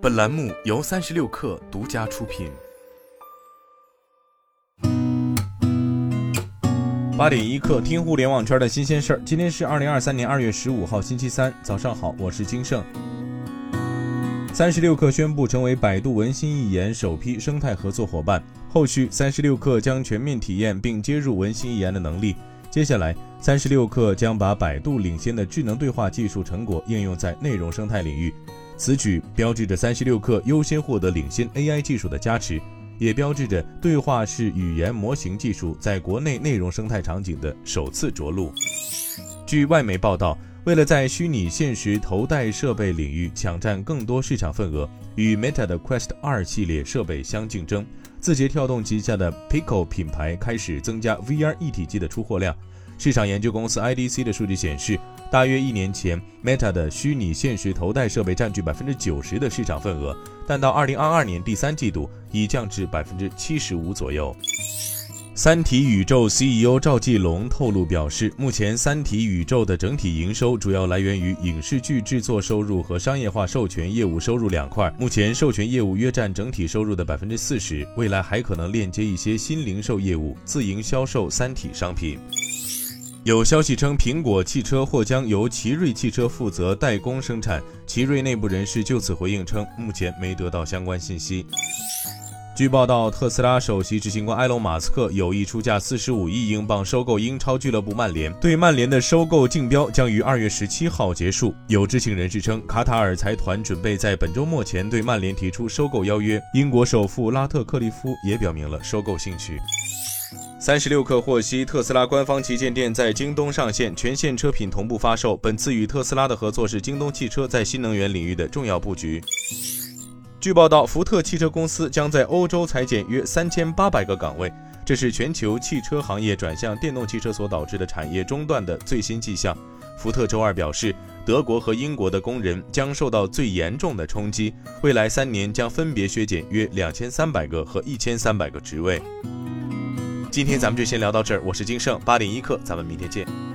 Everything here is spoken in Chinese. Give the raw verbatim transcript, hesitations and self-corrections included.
本栏目由三十六氪独家出品。 八点一刻，听互联网圈的新鲜事儿。今天是二零二三年二月十五号，星期三，早上好，我是金盛。三十六氪宣布成为百度文心一言首批生态合作伙伴，后续三十六氪将全面体验并接入文心一言的能力。接下来，三十六氪将把百度领先的智能对话技术成果应用在内容生态领域。此举标志着三十六氪优先获得领先 A I 技术的加持，也标志着对话式语言模型技术在国内内容生态场景的首次着陆。据外媒报道，为了在虚拟现实头戴设备领域抢占更多市场份额，与 Meta 的 Quest 二系列设备相竞争，字节跳动旗下的 Pico 品牌开始增加 V R 一体机的出货量。市场研究公司 I D C 的数据显示，大约一年前 Meta 的虚拟现实头戴设备占据 百分之九十 的市场份额，但到二零二二年第三季度已降至 百分之七十五 左右。三体宇宙 C E O 赵继龙透露表示，目前三体宇宙的整体营收主要来源于影视剧制作收入和商业化授权业务收入两块，目前授权业务约占整体收入的 百分之四十， 未来还可能链接一些新零售业务，自营销售三体商品。有消息称，苹果汽车或将由奇瑞汽车负责代工生产，奇瑞内部人士就此回应称，目前没得到相关信息。据报道，特斯拉首席执行官埃隆·马斯克有意出价四十五亿英镑收购英超俱乐部曼联，对曼联的收购竞标将于二月十七号结束。有知情人士称，卡塔尔财团准备在本周末前对曼联提出收购邀约，英国首富拉特克利夫也表明了收购兴趣。三十六氪获悉，特斯拉官方旗舰店在京东上线，全线车品同步发售。本次与特斯拉的合作是京东汽车在新能源领域的重要布局。据报道，福特汽车公司将在欧洲裁减约三千八百个岗位，这是全球汽车行业转向电动汽车所导致的产业中断的最新迹象。福特周二表示，德国和英国的工人将受到最严重的冲击，未来三年将分别削减约两千三百个和一千三百个职位。今天咱们就先聊到这儿，我是金盛，八点一刻，咱们明天见。